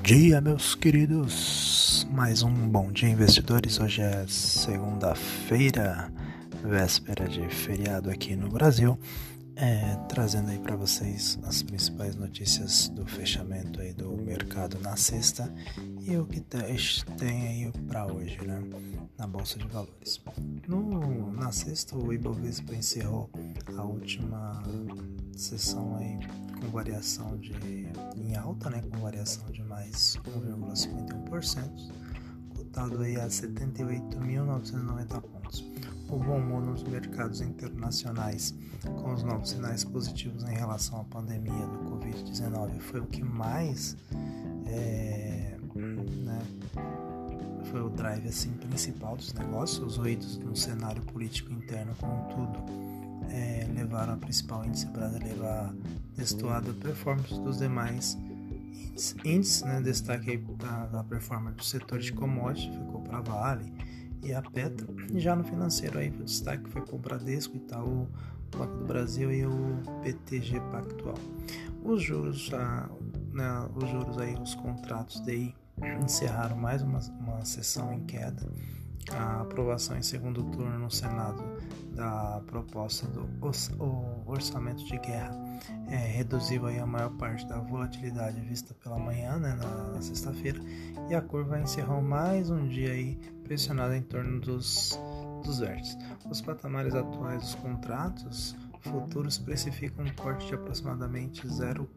dia, meus queridos. Mais um bom dia, investidores. Hoje é segunda-feira, véspera de feriado aqui no Brasil. Trazendo aí para vocês as principais notícias do fechamento aí do mercado na sexta e o que tem aí para hoje, né, na Bolsa de Valores. Na sexta, o Ibovespa encerrou a última sessão aí com variação em alta, né, com variação de mais 1,51%, cotado aí a 78.990 pontos. O bom humor nos mercados internacionais, com os novos sinais positivos em relação à pandemia do Covid-19, foi o que mais foi o drive assim, principal dos negócios. Os ruídos no cenário político interno, contudo, levaram a principal índice brasileiro a destoar da performance dos demais índices, né? Destaque aí da performance do setor de commodities ficou para a Vale e a Petro. E já no financeiro aí o destaque foi para o Bradesco, Itaú, Banco do Brasil e o BTG Pactual. Os juros aí, os contratos DI encerraram mais uma sessão em queda. A aprovação em segundo turno no Senado da proposta do orçamento de guerra reduziu aí a maior parte da volatilidade vista pela manhã, né, na sexta-feira, e a curva encerrou mais um dia aí pressionada em torno dos vértices. Os patamares atuais dos contratos futuros precificam um corte de aproximadamente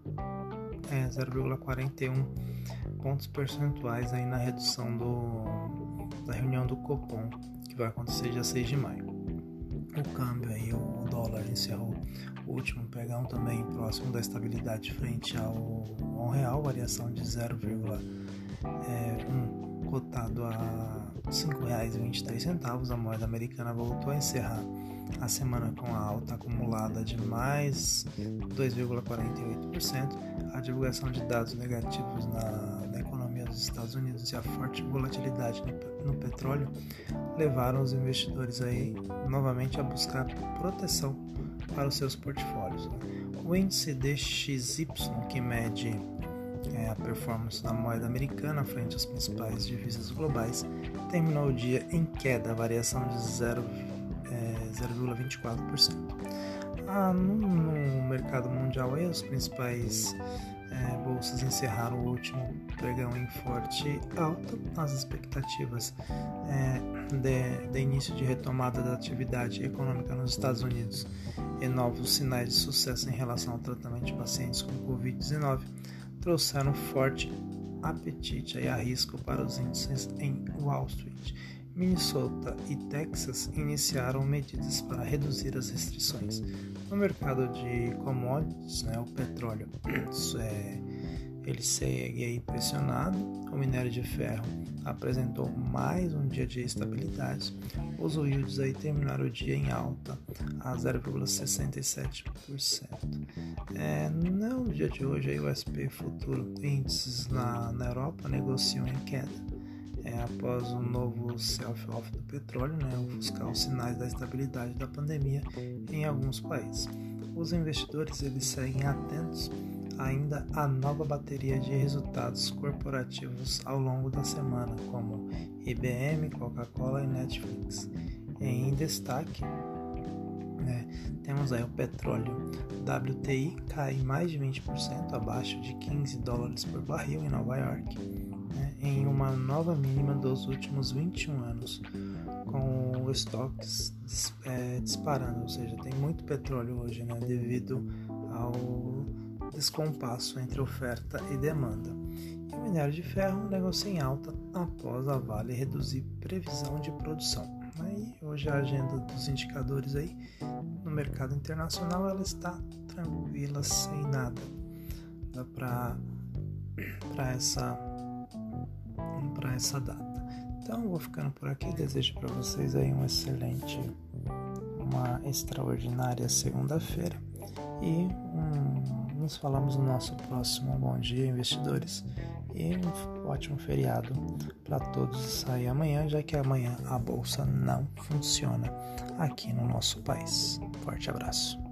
0,41 pontos percentuais aí na redução da reunião do Copom, que vai acontecer dia 6 de maio. O câmbio aí, o dólar encerrou o último pregão também próximo da estabilidade frente ao real, variação de 0,1, cotado a R$ 5,23. A moeda americana voltou a encerrar a semana com a alta acumulada de mais 2,48%. A divulgação de dados negativos na economia dos Estados Unidos e a forte volatilidade no petróleo levaram os investidores aí novamente a buscar proteção para os seus portfólios. O índice DXY, que mede a performance da moeda americana frente às principais divisas globais, terminou o dia em queda, variação de 0,24%. No mercado mundial, aí, os principais bolsas encerraram o último pregão em forte alta. As expectativas de início de retomada da atividade econômica nos Estados Unidos e novos sinais de sucesso em relação ao tratamento de pacientes com Covid-19 trouxeram forte apetite e a risco para os índices em Wall Street. Minnesota e Texas iniciaram medidas para reduzir as restrições. No mercado de commodities, o petróleo ele segue aí pressionado. O minério de ferro apresentou mais um dia de estabilidade. Os yields aí terminaram o dia em alta a 0,67%. No dia de hoje aí, o S&P futuro índices na Europa negociam em queda. Após o novo self-off do petróleo, buscar os sinais da estabilidade da pandemia em alguns países. Os investidores eles seguem atentos ainda à nova bateria de resultados corporativos ao longo da semana, como IBM, Coca-Cola e Netflix. Em destaque, temos aí o petróleo WTI cai mais de 20%, abaixo de $15 por barril em Nova York, em uma nova mínima dos últimos 21 anos, com os estoques disparando, ou seja, tem muito petróleo hoje, devido ao descompasso entre oferta e demanda. E o minério de ferro negocia em alta após a Vale reduzir previsão de produção. E hoje a agenda dos indicadores aí no mercado internacional ela está tranquila, sem nada. Dá para essa data. Então eu vou ficando por aqui. Desejo para vocês aí uma extraordinária segunda-feira e nos falamos no nosso próximo Bom Dia, investidores, e um ótimo feriado para todos aí amanhã, já que amanhã a bolsa não funciona aqui no nosso país. Forte abraço.